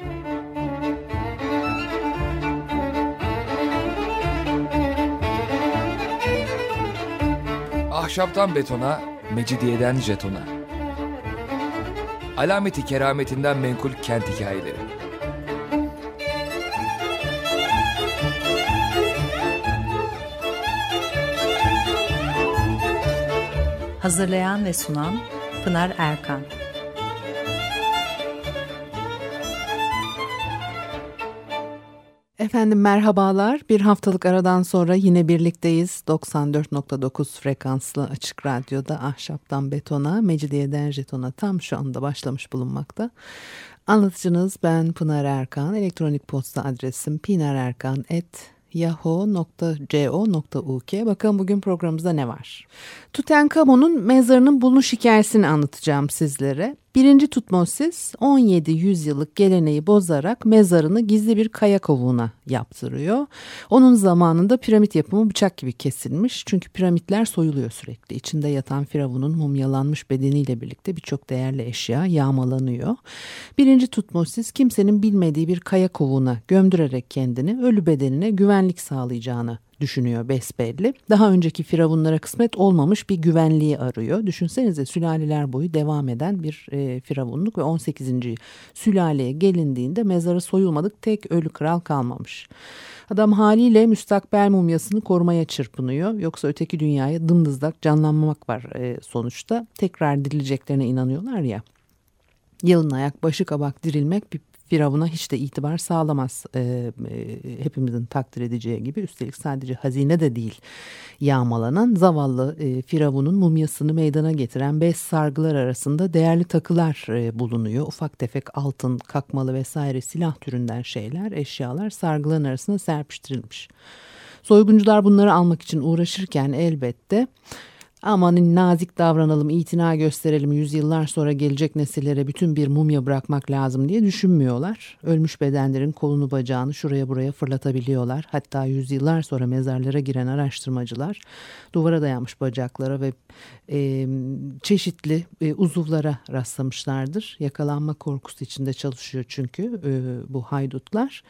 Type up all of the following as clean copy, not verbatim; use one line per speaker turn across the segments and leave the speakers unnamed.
Ahşaptan betona, mecidiyeden jetona. Alameti kerametinden menkul kent hikayeleri.
Hazırlayan ve sunan Pınar Erkan.
Efendim merhabalar. Bir haftalık aradan sonra yine birlikteyiz. 94.9 frekanslı Açık Radyo'da Ahşaptan Betona, Mecidiyeden Jeton'a tam şu anda başlamış bulunmakta. Anlatıcınız ben Pınar Erkan. Elektronik posta adresim pinarerkan@yahoo.co.uk. Bakalım bugün programımızda ne var? Tutankamon'un mezarının bulunuş hikayesini anlatacağım sizlere. 1. Tutmosis 17 yüzyıllık geleneği bozarak mezarını gizli bir kaya kovuğuna yaptırıyor. Onun zamanında piramit yapımı bıçak gibi kesilmiş. Çünkü piramitler soyuluyor sürekli. İçinde yatan firavunun mumyalanmış bedeniyle birlikte birçok değerli eşya yağmalanıyor. 1. Tutmosis kimsenin bilmediği bir kaya kovuğuna gömdürerek kendini ölü bedenine güvenlik sağlayacağını düşünüyor besbelli. Daha önceki firavunlara kısmet olmamış bir güvenliği arıyor. Düşünsenize sülaleler boyu devam eden bir firavunluk ve 18. sülaleye gelindiğinde mezarı soyulmadık tek ölü kral kalmamış. Adam haliyle müstakbel mumyasını korumaya çırpınıyor. Yoksa öteki dünyaya dımdızlak canlanmamak var sonuçta. Tekrar dirileceklerine inanıyorlar ya. Yalın ayak başı kabak dirilmek bir firavuna hiç de itibar sağlamaz, hepimizin takdir edeceği gibi. Üstelik sadece hazine de değil yağmalanan, zavallı firavunun mumyasını meydana getiren 5 sargılar arasında değerli takılar bulunuyor. Ufak tefek altın, kakmalı vesaire silah türünden şeyler, eşyalar sargıların arasına serpiştirilmiş. Soyguncular bunları almak için uğraşırken elbette aman nazik davranalım, itina gösterelim, yüzyıllar sonra gelecek nesillere bütün bir mumya bırakmak lazım diye düşünmüyorlar. Ölmüş bedenlerin kolunu bacağını şuraya buraya fırlatabiliyorlar. Hatta yüzyıllar sonra mezarlara giren araştırmacılar duvara dayanmış bacaklara ve çeşitli uzuvlara rastlamışlardır. Yakalanma korkusu içinde çalışıyor çünkü bu haydutlar.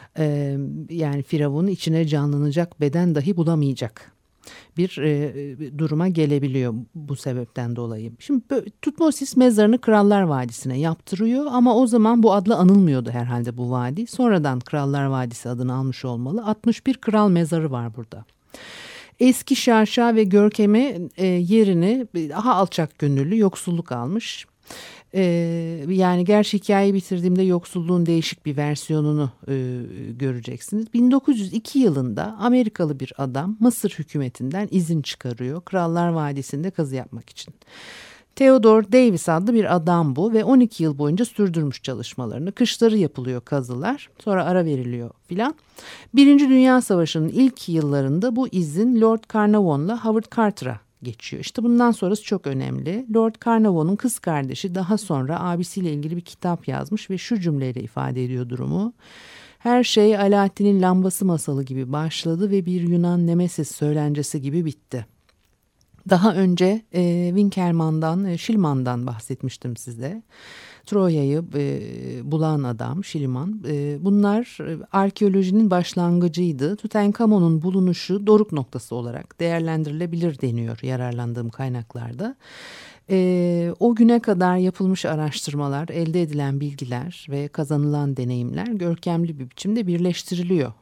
Yani firavunun içine canlanacak beden dahi bulamayacak bir duruma gelebiliyor bu sebepten dolayı. Şimdi Tutmosis mezarını Krallar Vadisi'ne yaptırıyor ama o zaman bu adla anılmıyordu herhalde bu vadi. Sonradan Krallar Vadisi adını almış olmalı. 61 kral mezarı var burada. Eski şaşa ve görkemi yerini daha alçak gönüllü yoksulluk almış. Yani gerçi hikayeyi bitirdiğimde yoksulluğun değişik bir versiyonunu göreceksiniz. 1902 yılında Amerikalı bir adam Mısır hükümetinden izin çıkarıyor Krallar Vadisi'nde kazı yapmak için. Theodore Davis adlı bir adam bu ve 12 yıl boyunca sürdürmüş çalışmalarını. Kışları yapılıyor kazılar, sonra ara veriliyor filan. Birinci Dünya Savaşı'nın ilk yıllarında bu izin Lord Carnarvon'la Howard Carter'a geçiyor. İşte bundan sonrası çok önemli. Lord Carnarvon'un kız kardeşi daha sonra abisiyle ilgili bir kitap yazmış ve şu cümleyle ifade ediyor durumu. Her şey Alaaddin'in lambası masalı gibi başladı ve bir Yunan Nemesis söylencesi gibi bitti. Daha önce Schliemann bahsetmiştim size. Troya'yı bulan adam Schliemann. Bunlar arkeolojinin başlangıcıydı. Tutankamon'un bulunuşu doruk noktası olarak değerlendirilebilir deniyor yararlandığım kaynaklarda. O güne kadar yapılmış araştırmalar, elde edilen bilgiler ve kazanılan deneyimler görkemli bir biçimde birleştiriliyor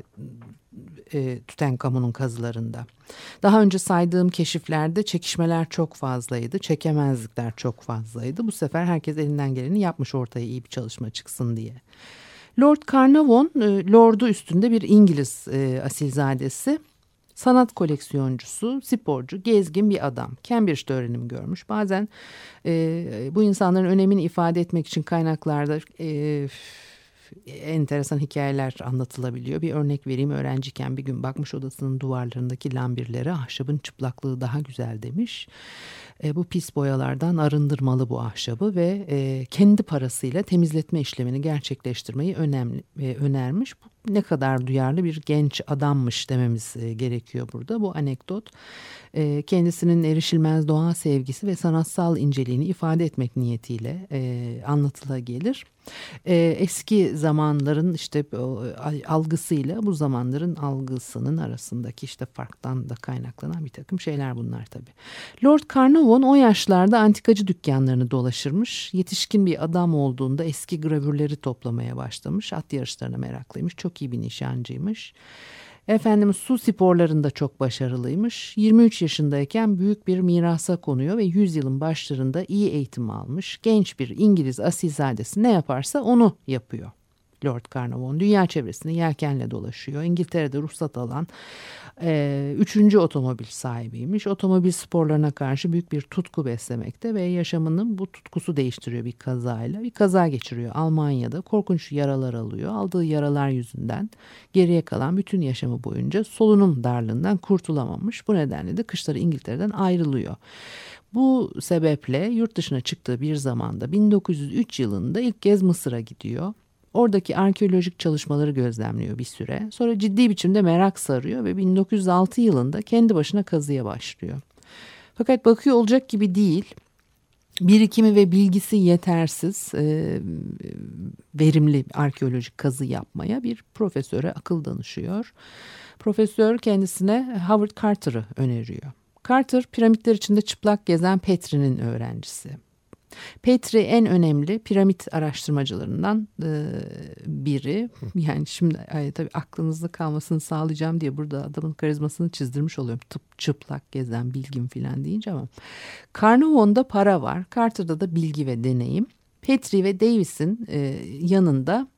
Tutankamon'un kazılarında. Daha önce saydığım keşiflerde çekişmeler çok fazlaydı, çekemezlikler çok fazlaydı. Bu sefer herkes elinden geleni yapmış ortaya iyi bir çalışma çıksın diye. Lord Carnarvon, Lord'u üstünde bir İngiliz asilzadesi. Sanat koleksiyoncusu, sporcu, gezgin bir adam. Cambridge'de öğrenim görmüş. Bazen bu insanların önemini ifade etmek için kaynaklarda enteresan hikayeler anlatılabiliyor. Bir örnek vereyim. Öğrenciyken bir gün bakmış odasının duvarlarındaki lambirlere ahşabın çıplaklığı daha güzel demiş. Bu pis boyalardan arındırmalı bu ahşabı ve kendi parasıyla temizletme işlemini gerçekleştirmeyi önermiş. Bu ne kadar duyarlı bir genç adammış dememiz gerekiyor burada. Bu anekdot kendisinin erişilmez doğa sevgisi ve sanatsal inceliğini ifade etmek niyetiyle anlatıla gelir. Eski zamanların işte algısıyla bu zamanların algısının arasındaki işte farktan da kaynaklanan bir takım şeyler bunlar tabii. Lord Carnarvon o yaşlarda antikacı dükkanlarını dolaşırmış. Yetişkin bir adam olduğunda eski gravürleri toplamaya başlamış. At yarışlarına meraklıymış. Çok iyi bir nişancıymış. Efendimiz su sporlarında çok başarılıymış. 23 yaşındayken büyük bir mirasa konuyor ve 100 yılın başlarında iyi eğitim almış. Genç bir İngiliz asilzadesi ne yaparsa onu yapıyor. Lord Carnarvon dünya çevresini yelkenle dolaşıyor. İngiltere'de ruhsat alan 3. otomobil sahibiymiş. Otomobil sporlarına karşı büyük bir tutku beslemekte ve yaşamının bu tutkusu değiştiriyor bir kazayla. Bir kaza geçiriyor Almanya'da. Korkunç yaralar alıyor. Aldığı yaralar yüzünden geriye kalan bütün yaşamı boyunca solunum darlığından kurtulamamış. Bu nedenle de kışları İngiltere'den ayrılıyor. Bu sebeple yurt dışına çıktığı bir zamanda 1903 yılında ilk kez Mısır'a gidiyor. Oradaki arkeolojik çalışmaları gözlemliyor bir süre. Sonra ciddi biçimde merak sarıyor ve 1906 yılında kendi başına kazıya başlıyor. Fakat bakıyor olacak gibi değil. Birikimi ve bilgisi yetersiz, verimli arkeolojik kazı yapmaya bir profesöre akıl danışıyor. Profesör kendisine Howard Carter'ı öneriyor. Carter piramitler içinde çıplak gezen Petrie'nin öğrencisi. Petrie en önemli piramit araştırmacılarından biri. Yani şimdi tabii aklınızda kalmasını sağlayacağım diye burada adamın karizmasını çizdirmiş oluyorum. Çıplak gezen bilgim falan deyince ama Carnarvon'da para var. Carter'da da bilgi ve deneyim. Petrie ve Davis'in yanında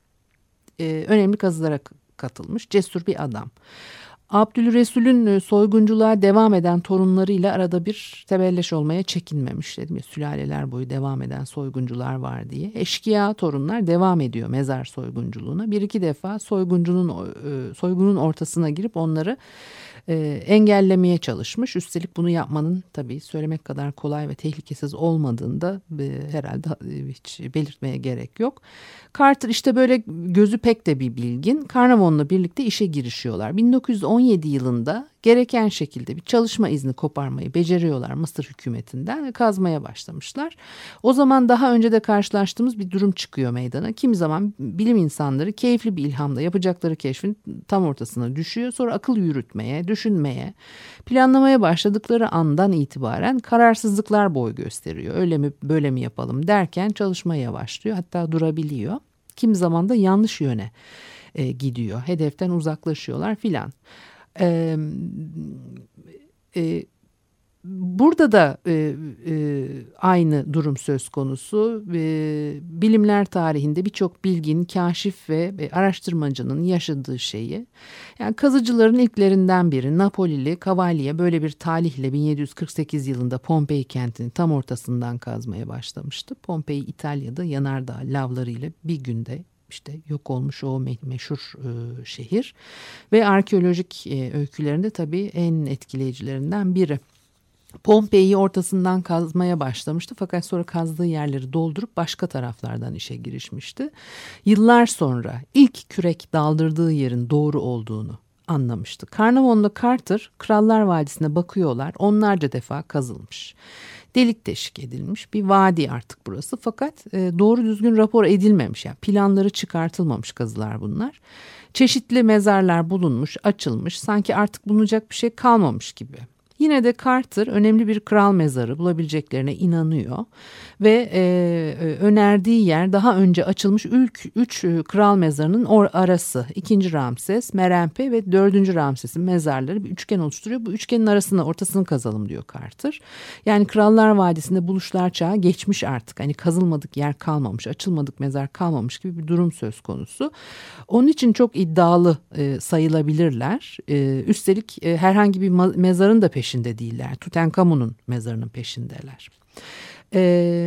önemli kazılara katılmış cesur bir adam. Abdülresul'ün soygunculuğa devam eden torunlarıyla arada bir tebelleş olmaya çekinmemiş. Dedim ya, sülaleler boyu devam eden soyguncular var diye. Eşkıya torunlar devam ediyor mezar soygunculuğuna. Bir iki defa soygunun ortasına girip onları engellemeye çalışmış. Üstelik bunu yapmanın tabii söylemek kadar kolay ve tehlikesiz olmadığını da herhalde hiç belirtmeye gerek yok. Carter işte böyle gözü pek de bir bilgin. Carnarvon'la birlikte işe girişiyorlar. 1917 yılında gereken şekilde bir çalışma izni koparmayı beceriyorlar Mısır hükümetinden ve kazmaya başlamışlar. O zaman daha önce de karşılaştığımız bir durum çıkıyor meydana. Kimi zaman bilim insanları keyifli bir ilhamla yapacakları keşfin tam ortasına düşüyor. Sonra akıl yürütmeye, düşünmeye, planlamaya başladıkları andan itibaren kararsızlıklar boy gösteriyor. Öyle mi böyle mi yapalım derken çalışma yavaşlıyor, hatta durabiliyor. Kimi zaman da yanlış yöne gidiyor. Hedeften uzaklaşıyorlar filan. Burada da aynı durum söz konusu. Bilimler tarihinde birçok bilgin, kaşif ve araştırmacının yaşadığı şeyi. Yani kazıcıların ilklerinden biri Napolili Cavalli böyle bir talihle 1748 yılında Pompei kentinin tam ortasından kazmaya başlamıştı. Pompei İtalya'da yanardağ lavlarıyla bir günde İşte yok olmuş o meşhur şehir ve arkeolojik öykülerinde tabii en etkileyicilerinden biri. Pompei'yi ortasından kazmaya başlamıştı fakat sonra kazdığı yerleri doldurup başka taraflardan işe girişmişti. Yıllar sonra ilk kürek daldırdığı yerin doğru olduğunu anlamıştı. Carnarvon'la Carter Krallar Vadisi'ne bakıyorlar, onlarca defa kazılmış. Delik deşik edilmiş bir vadi artık burası fakat doğru düzgün rapor edilmemiş, yani planları çıkartılmamış kazılar bunlar. Çeşitli mezarlar bulunmuş, açılmış, sanki artık bulunacak bir şey kalmamış gibi. Yine de Carter önemli bir kral mezarı bulabileceklerine inanıyor ve önerdiği yer daha önce açılmış ilk 3 kral mezarının arası. 2. Ramses, Merenpe ve 4. Ramses'in mezarları bir üçgen oluşturuyor. Bu üçgenin ortasını kazalım diyor Carter. Yani Krallar Vadisi'nde buluşlar çağı geçmiş artık. Hani kazılmadık yer kalmamış, açılmadık mezar kalmamış gibi bir durum söz konusu. Onun için çok iddialı sayılabilirler. Üstelik herhangi bir mezarın da peşinde değiller. Tutankamon'un mezarının peşindeler.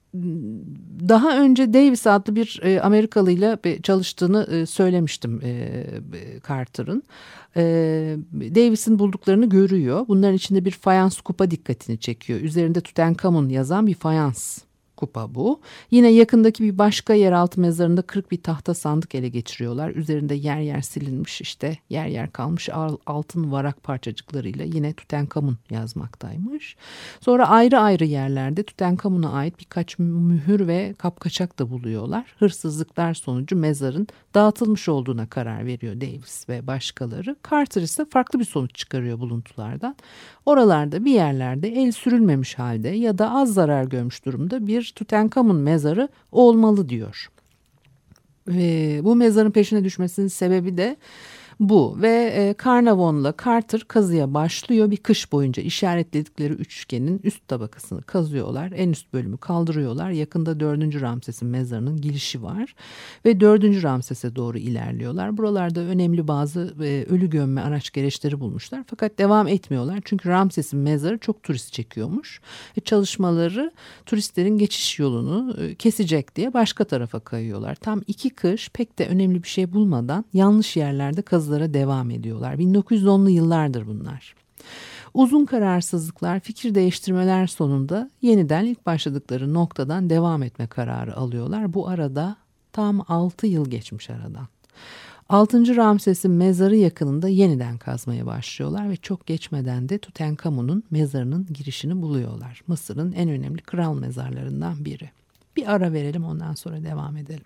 daha önce Davis adlı bir Amerikalıyla çalıştığını söylemiştim Carter'ın. Davis'in bulduklarını görüyor. Bunların içinde bir fayans kupa dikkatini çekiyor. Üzerinde Tutankamon yazan bir fayans kupa bu. Yine yakındaki bir başka yeraltı mezarında kırık bir tahta sandık ele geçiriyorlar. Üzerinde yer yer silinmiş, işte yer yer kalmış altın varak parçacıklarıyla yine Tutankamon yazmaktaymış. Sonra ayrı ayrı yerlerde Tutankamon'a ait birkaç mühür ve kapkaçak da buluyorlar. Hırsızlıklar sonucu mezarın dağıtılmış olduğuna karar veriyor Davis ve başkaları. Carter ise farklı bir sonuç çıkarıyor buluntulardan. Oralarda bir yerlerde el sürülmemiş halde ya da az zarar görmüş durumda bir Tutankamon mezarı olmalı diyor. Bu mezarın peşine düşmesinin sebebi de bu ve Carnarvon'la Carter kazıya başlıyor. Bir kış boyunca işaretledikleri üçgenin üst tabakasını kazıyorlar. En üst bölümü kaldırıyorlar. Yakında 4. Ramses'in mezarının girişi var ve 4. Ramses'e doğru ilerliyorlar. Buralarda önemli bazı ölü gömme araç gereçleri bulmuşlar. Fakat devam etmiyorlar çünkü Ramses'in mezarı çok turist çekiyormuş. Çalışmaları turistlerin geçiş yolunu kesecek diye başka tarafa kayıyorlar. Tam 2 kış pek de önemli bir şey bulmadan yanlış yerlerde kazılara devam ediyorlar. 1910'lu yıllardır bunlar. Uzun kararsızlıklar, fikir değiştirmeler sonunda yeniden ilk başladıkları noktadan devam etme kararı alıyorlar. Bu arada tam 6 yıl geçmiş aradan. 6. Ramses'in mezarı yakınında yeniden kazmaya başlıyorlar ve çok geçmeden de Tutankamon'un mezarının girişini buluyorlar. Mısır'ın en önemli kral mezarlarından biri. Bir ara verelim, ondan sonra devam edelim.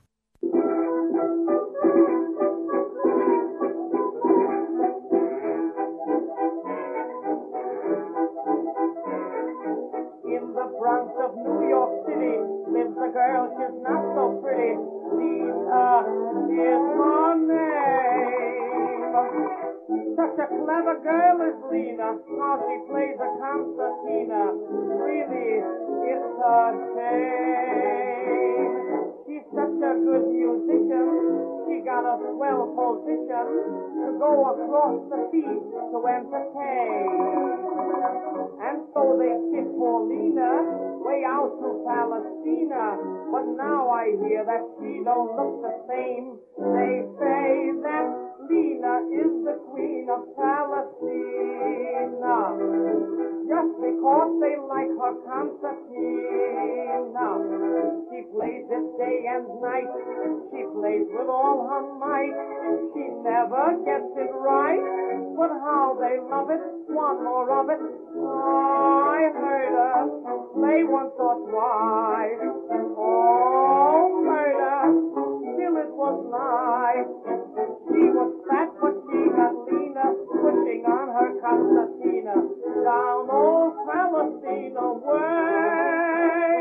Bronx of New York City lives a girl, she's not so pretty. Lena is her name. Such a clever girl is Lena, how she plays a concertina. Really, it's a shame. She's such a good musician, she got a swell position to go across the sea to entertain. And so they ship Paulina way out to Palestina. But now I hear that she don't look the same. They say that Lena is the queen of Palestina, just because they like her concertina. She plays it day and night, she plays with all her might. She never gets it right, but how they love it, want more of it. I heard her play once or twice. Oh, murder, still it was life. She was fat, but she got leaner, pushing on her concertina down old Palestina way.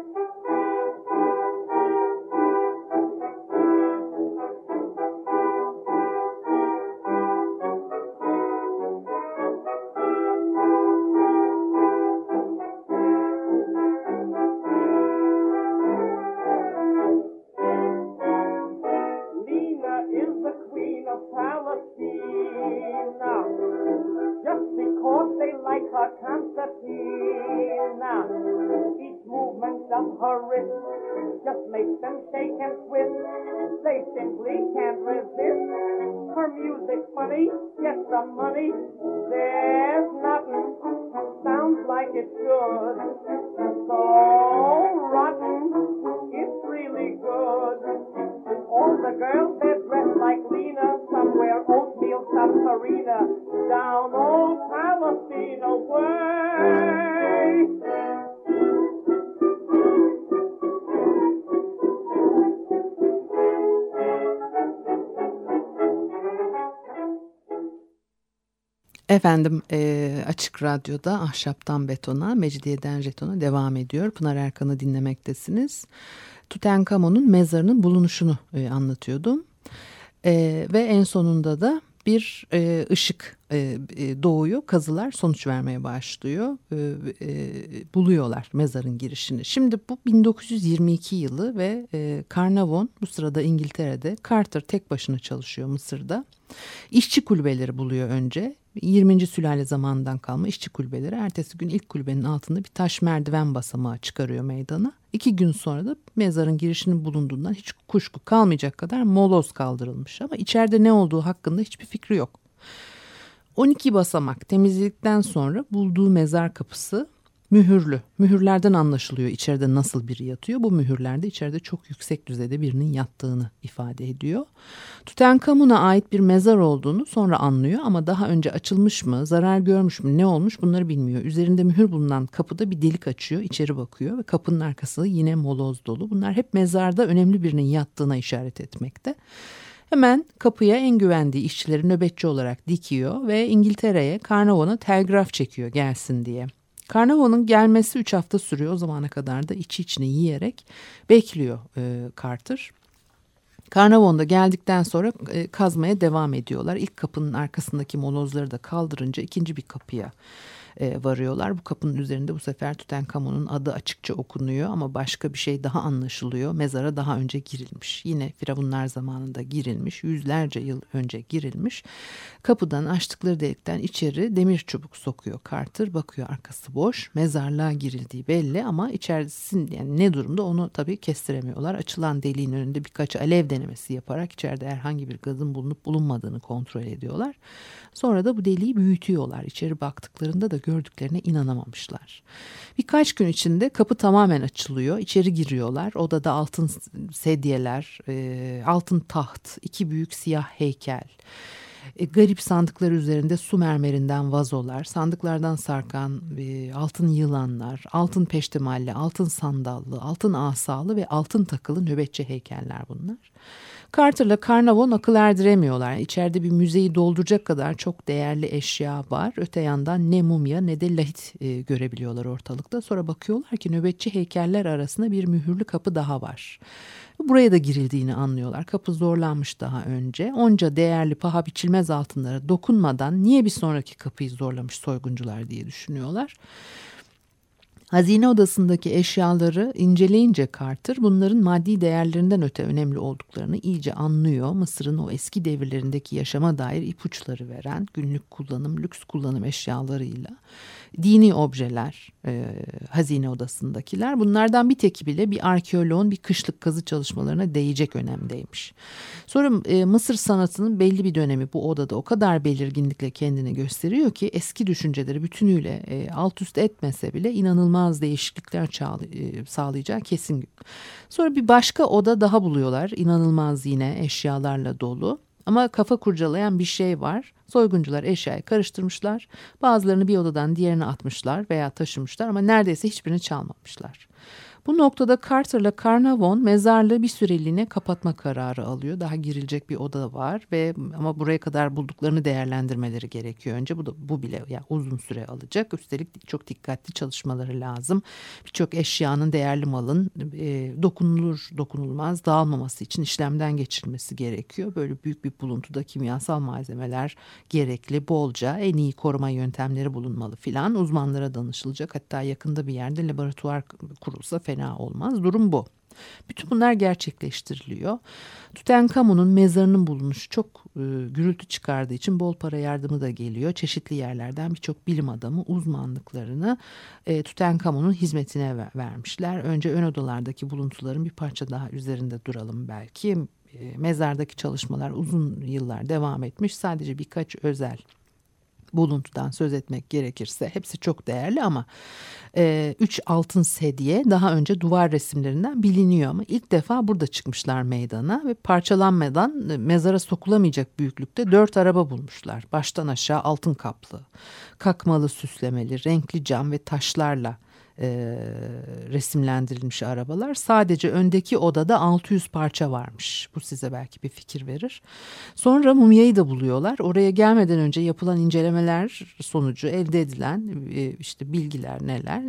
Just because they like her concertina. Each movement of her wrist just makes them shake and twist. They simply can't resist. Her music's funny, yes, the money, there's nothing sounds like it should. So rotten, it's really good. All the girls, they're dressed like Lena, somewhere oatmeal, some farina, down old Palestina way.
Efendim Açık Radyo'da Ahşaptan Betona, Mecidiyeden Jeton'a devam ediyor. Pınar Erkan'ı dinlemektesiniz. Tutankamon'un mezarının bulunuşunu anlatıyordum. Ve en sonunda da bir ışık doğuyor. Kazılar sonuç vermeye başlıyor. Buluyorlar mezarın girişini. Şimdi bu 1922 yılı ve Carnarvon bu sırada İngiltere'de. Carter tek başına çalışıyor Mısır'da. İşçi kulübeleri buluyor önce. 20. sülale zamanından kalma işçi kulübeleri ertesi gün ilk kulübenin altında bir taş merdiven basamağı çıkarıyor meydana. 2 gün sonra da mezarın girişinin bulunduğundan hiç kuşku kalmayacak kadar moloz kaldırılmış. Ama içeride ne olduğu hakkında hiçbir fikri yok. 12 basamak temizledikten sonra bulduğu mezar kapısı mühürlü. Mühürlerden anlaşılıyor içeride nasıl biri yatıyor. Bu mühürlerde içeride çok yüksek düzeyde birinin yattığını ifade ediyor. Tutankhamun'a ait bir mezar olduğunu sonra anlıyor ama daha önce açılmış mı, zarar görmüş mü, ne olmuş bunları bilmiyor. Üzerinde mühür bulunan kapıda bir delik açıyor, içeri bakıyor ve kapının arkası yine moloz dolu. Bunlar hep mezarda önemli birinin yattığına işaret etmekte. Hemen kapıya en güvendiği işçileri nöbetçi olarak dikiyor ve İngiltere'ye Carnarvon'a telgraf çekiyor gelsin diye. Carnarvon'un gelmesi 3 hafta sürüyor. O zamana kadar da içi içine yiyerek bekliyor Carter. Carnarvon'da geldikten sonra kazmaya devam ediyorlar. İlk kapının arkasındaki molozları da kaldırınca ikinci bir kapıya varıyorlar. Bu kapının üzerinde bu sefer Tutankhamun'un adı açıkça okunuyor ama başka bir şey daha anlaşılıyor. Mezara daha önce girilmiş. Yine Firavunlar zamanında girilmiş. Yüzlerce yıl önce girilmiş. Kapıdan açtıkları delikten içeri demir çubuk sokuyor Carter. Bakıyor arkası boş. Mezarlığa girildiği belli ama içerisi yani ne durumda onu tabii kestiremiyorlar. Açılan deliğin önünde birkaç alev denemesi yaparak içeride herhangi bir gazın bulunup bulunmadığını kontrol ediyorlar. Sonra da bu deliği büyütüyorlar. İçeri baktıklarında da gördüklerine inanamamışlar. Birkaç gün içinde kapı tamamen açılıyor. İçeri giriyorlar. Odada altın sedyeler, altın taht, 2 büyük siyah heykel. Garip sandıklar üzerinde su mermerinden vazolar, sandıklardan sarkan altın yılanlar, altın peştemalli, altın sandallı, altın asalı ve altın takılı nöbetçi heykeller bunlar. Carter'la Carnarvon akıl erdiremiyorlar. Yani içeride bir müzeyi dolduracak kadar çok değerli eşya var. Öte yandan ne mumya ne de lahit görebiliyorlar ortalıkta. Sonra bakıyorlar ki nöbetçi heykeller arasında bir mühürlü kapı daha var. Buraya da girildiğini anlıyorlar. Kapı zorlanmış daha önce. Onca değerli paha biçilmez altınlara dokunmadan niye bir sonraki kapıyı zorlamış soyguncular diye düşünüyorlar. Hazine odasındaki eşyaları inceleyince Carter bunların maddi değerlerinden öte önemli olduklarını iyice anlıyor. Mısır'ın o eski devirlerindeki yaşama dair ipuçları veren günlük kullanım, lüks kullanım eşyalarıyla dini objeler, hazine odasındakiler. Bunlardan bir teki bile bir arkeoloğun bir kışlık kazı çalışmalarına değecek önemdeymiş. Sonra Mısır sanatının belli bir dönemi bu odada o kadar belirginlikle kendini gösteriyor ki eski düşünceleri bütünüyle alt üst etmese bile inanılmaz değişiklikler sağlayacağı kesin. Sonra bir başka oda daha buluyorlar. İnanılmaz yine eşyalarla dolu. Ama kafa kurcalayan bir şey var. Soyguncular eşyayı karıştırmışlar. Bazılarını bir odadan diğerine atmışlar veya taşımışlar ama neredeyse hiçbirini çalmamışlar. Bu noktada Carter'la Carnarvon mezarlığı bir süreliğine kapatma kararı alıyor. Daha girilecek bir oda var ama buraya kadar bulduklarını değerlendirmeleri gerekiyor önce. Bu bile yani uzun süre alacak. Üstelik çok dikkatli çalışmaları lazım. Birçok eşyanın, değerli malın dokunulur dokunulmaz dağılmaması için işlemden geçirilmesi gerekiyor. Böyle büyük bir buluntuda kimyasal malzemeler gerekli. Bolca en iyi koruma yöntemleri bulunmalı filan. Uzmanlara danışılacak. Hatta yakında bir yerde laboratuvar kurulsa fena olmaz. Durum bu. Bütün bunlar gerçekleştiriliyor. Tutankhamun'un mezarının bulunuşu çok gürültü çıkardığı için bol para yardımı da geliyor. Çeşitli yerlerden birçok bilim adamı uzmanlıklarını Tutankhamun'un hizmetine vermişler. Önce ön odalardaki buluntuların bir parça daha üzerinde duralım belki. Mezardaki çalışmalar uzun yıllar devam etmiş. Sadece birkaç özel buluntudan söz etmek gerekirse hepsi çok değerli ama 3 altın sedye daha önce duvar resimlerinden biliniyor ama ilk defa burada çıkmışlar meydana ve parçalanmadan mezara sokulamayacak büyüklükte 4 araba bulmuşlar. Baştan aşağı altın kaplı, kakmalı süslemeli, renkli cam ve taşlarla resimlendirilmiş arabalar. Sadece öndeki odada 600 parça varmış. Bu size belki bir fikir verir. Sonra mumyayı da buluyorlar. Oraya gelmeden önce yapılan incelemeler sonucu elde edilen işte bilgiler neler?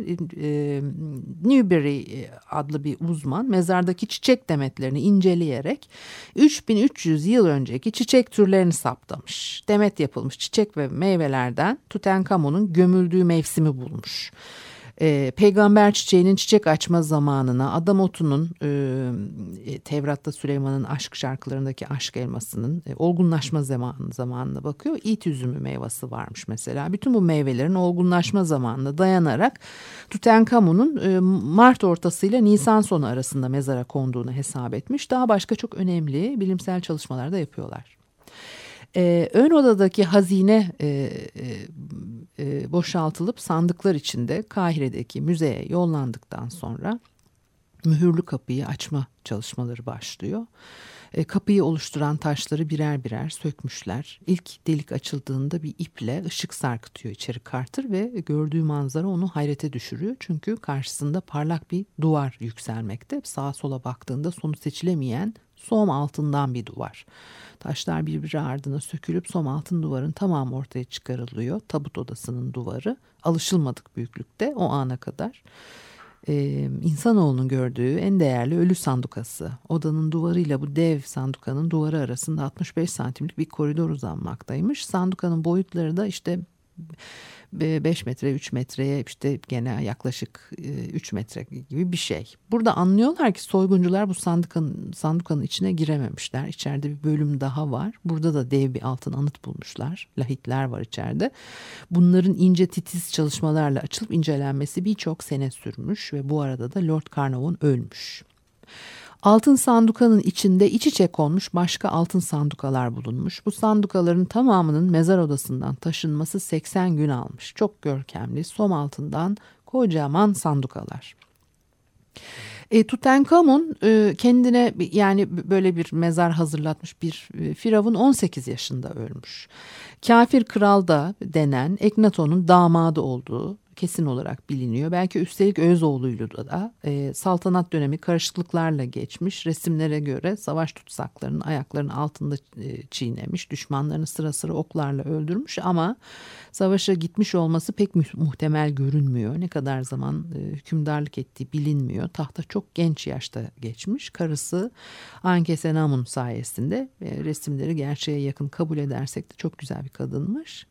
Newbery adlı bir uzman mezardaki çiçek demetlerini inceleyerek 3300 yıl önceki çiçek türlerini saptamış. Demet yapılmış çiçek ve meyvelerden Tutankhamun'un gömüldüğü mevsimi bulmuş. Peygamber çiçeğinin çiçek açma zamanına, adam otunun, Tevrat'ta Süleyman'ın aşk şarkılarındaki aşk elmasının olgunlaşma zamanına bakıyor. İt üzümü meyvesi varmış mesela. Bütün bu meyvelerin olgunlaşma zamanına dayanarak Tutankamon'un Mart ortasıyla Nisan sonu arasında mezara konduğunu hesap etmiş. Daha başka çok önemli bilimsel çalışmalar da yapıyorlar. Ön odadaki hazine boşaltılıp sandıklar içinde Kahire'deki müzeye yollandıktan sonra mühürlü kapıyı açma çalışmaları başlıyor. Kapıyı oluşturan taşları birer birer sökmüşler. İlk delik açıldığında bir iple ışık sarkıtıyor içeri Carter ve gördüğü manzara onu hayrete düşürüyor. Çünkü karşısında parlak bir duvar yükselmekte. Sağa sola baktığında sonu seçilemeyen som altından bir duvar. Taşlar birbiri ardına sökülüp som altın duvarın tamamı ortaya çıkarılıyor. Tabut odasının duvarı alışılmadık büyüklükte o ana kadar. İnsanoğlunun gördüğü en değerli ölü sandukası. Odanın duvarıyla bu dev sandukanın duvarı arasında 65 santimlik bir koridor uzanmaktaymış. Sandukanın boyutları da işte 5 metre 3 metreye işte gene yaklaşık 3 metre gibi bir şey. Burada anlıyorlar ki soyguncular bu sandukanın içine girememişler. İçeride bir bölüm daha var. Burada da dev bir altın anıt bulmuşlar. Lahitler var içeride. Bunların ince titiz çalışmalarla açılıp incelenmesi birçok sene sürmüş ve bu arada da Lord Carnarvon ölmüş. Altın sandukanın içinde iç içe konmuş başka altın sandukalar bulunmuş. Bu sandukaların tamamının mezar odasından taşınması 80 gün almış. Çok görkemli, som altından kocaman sandukalar. Tutankamon kendine yani böyle bir mezar hazırlatmış bir firavun 18 yaşında ölmüş. Kafir kral da denen Eknaton'un damadı olduğu kesin olarak biliniyor. Belki üstelik Özoğlu'yla da saltanat dönemi karışıklıklarla geçmiş. Resimlere göre savaş tutsaklarının ayaklarının altında çiğnemiş. Düşmanlarını sıra sıra oklarla öldürmüş ama savaşa gitmiş olması pek muhtemel görünmüyor. Ne kadar zaman hükümdarlık ettiği bilinmiyor. Tahta çok genç yaşta geçmiş. Karısı Ankesenamun sayesinde resimleri gerçeğe yakın kabul edersek de çok güzel bir kadınmış.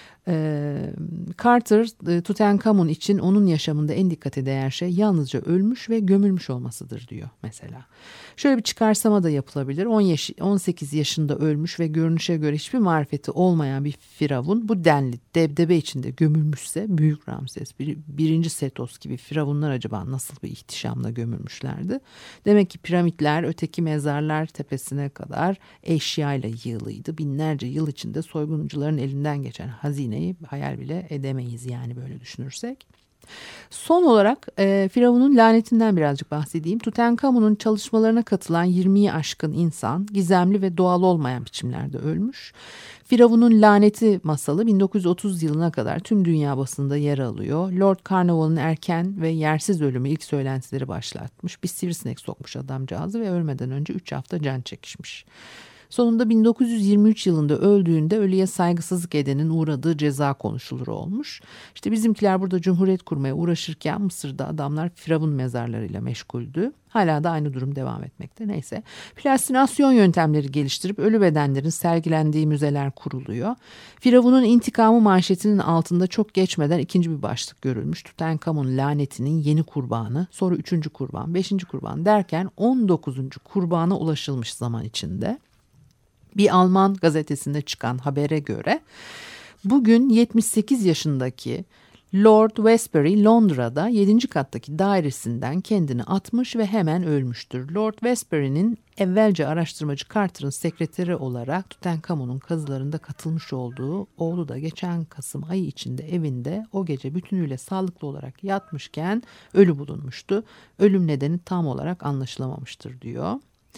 Carter Tutankamon için onun yaşamında en dikkate değer şey yalnızca ölmüş ve gömülmüş olmasıdır diyor mesela. Şöyle bir çıkarsama da yapılabilir. 18 yaşında ölmüş ve görünüşe göre hiçbir marifeti olmayan bir firavun bu denli debdebe içinde gömülmüşse Büyük Ramses, 1. Setos gibi firavunlar acaba nasıl bir ihtişamla gömülmüşlerdi? Demek ki piramitler öteki mezarlar tepesine kadar eşyayla yığılıydı. Binlerce yıl içinde soyguncuların elinden geçen hazineyi hayal bile edemeyiz yani böyle düşünürsek. Son olarak Firavun'un lanetinden birazcık bahsedeyim. Tutankamon'un çalışmalarına katılan 20'yi aşkın insan gizemli ve doğal olmayan biçimlerde ölmüş. Firavun'un laneti masalı 1930 yılına kadar tüm dünya basında yer alıyor. Lord Carnarvon'un erken ve yersiz ölümü ilk söylentileri başlatmış. Bir sivrisinek sokmuş adamcağızı ve ölmeden önce 3 hafta can çekişmiş. Sonunda 1923 yılında öldüğünde ölüye saygısızlık edenin uğradığı ceza konuşulur olmuş. İşte bizimkiler burada cumhuriyet kurmaya uğraşırken Mısır'da adamlar firavun mezarlarıyla meşguldü. Hala da aynı durum devam etmekte. Neyse, plastinasyon yöntemleri geliştirip ölü bedenlerin sergilendiği müzeler kuruluyor. Firavun'un intikamı manşetinin altında çok geçmeden ikinci bir başlık görülmüş. Tutankamon lanetinin yeni kurbanı, sonra 3. kurban, 5. kurban derken 19. kurbana ulaşılmış zaman içinde. Bir Alman gazetesinde çıkan habere göre bugün 78 yaşındaki Lord Westbury Londra'da 7. kattaki dairesinden kendini atmış ve hemen ölmüştür. Lord Westbury'nin evvelce araştırmacı Carter'ın sekreteri olarak Tutankamon'un kazılarında katılmış olduğu oğlu da geçen Kasım ayı içinde evinde o gece bütünüyle sağlıklı olarak yatmışken ölü bulunmuştu. Ölüm nedeni tam olarak anlaşılamamıştır diyor.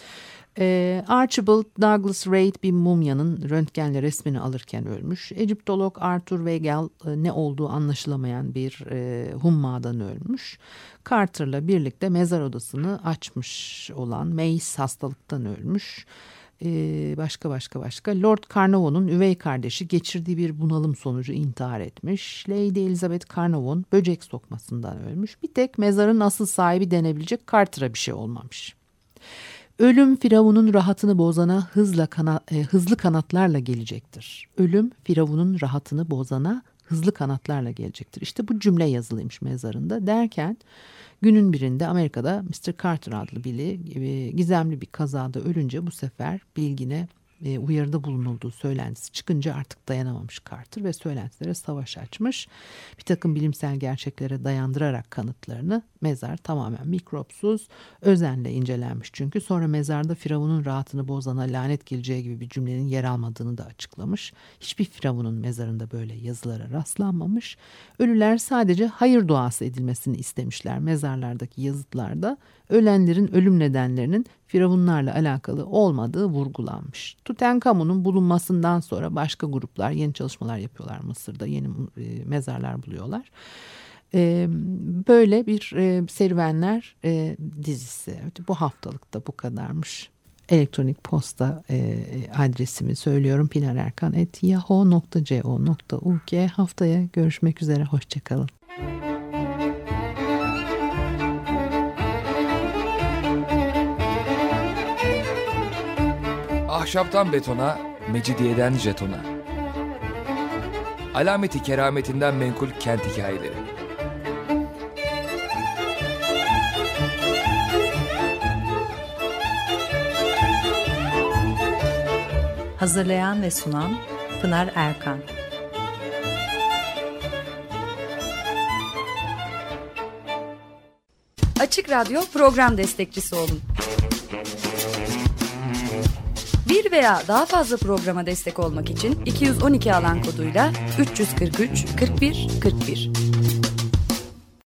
Archibald Douglas Reid bir mumyanın röntgenle resmini alırken ölmüş. Egiptolog Arthur Weigel ne olduğu anlaşılamayan bir hummadan ölmüş. Carter'la birlikte mezar odasını açmış olan Mace hastalıktan ölmüş. Başka. Lord Carnarvon'un üvey kardeşi geçirdiği bir bunalım sonucu intihar etmiş. Lady Elizabeth Carnarvon böcek sokmasından ölmüş. Bir tek mezarın asıl sahibi denebilecek Carter'a bir şey olmamış. Ölüm Firavun'un rahatını bozana hızlı kanatlarla gelecektir. Ölüm Firavun'un rahatını bozana hızlı kanatlarla gelecektir. İşte bu cümle yazılıymış mezarında derken günün birinde Amerika'da Mr. Carter adlı biri gizemli bir kazada ölünce bu sefer bilgine uyarıda bulunulduğu söylentisi çıkınca artık dayanamamış Carter ve söylentilere savaş açmış. Bir takım bilimsel gerçeklere dayandırarak kanıtlarını mezar tamamen mikropsuz, özenle incelenmiş. Çünkü sonra mezarda Firavun'un rahatını bozana lanet geleceği gibi bir cümlenin yer almadığını da açıklamış. Hiçbir Firavun'un mezarında böyle yazılara rastlanmamış. Ölüler sadece hayır duası edilmesini istemişler. Mezarlardaki yazıtlarda ölenlerin ölüm nedenlerinin Firavunlarla alakalı olmadığı vurgulanmış. Tutenkamon'un bulunmasından sonra başka gruplar yeni çalışmalar yapıyorlar Mısır'da. Yeni mezarlar buluyorlar. Böyle bir serüvenler dizisi. Bu haftalık da bu kadarmış. Elektronik posta adresimi söylüyorum: pinarerkan@yahoo.co.uk. Haftaya görüşmek üzere. Hoşçakalın.
Ahşaptan betona, mecidiyeden jetona. Alameti kerametinden menkul kent hikayeleri.
Hazırlayan ve sunan Pınar Erkan.
Açık Radyo program destekçisi olun. Bir veya daha fazla programa destek olmak için 212 alan koduyla 343 41 41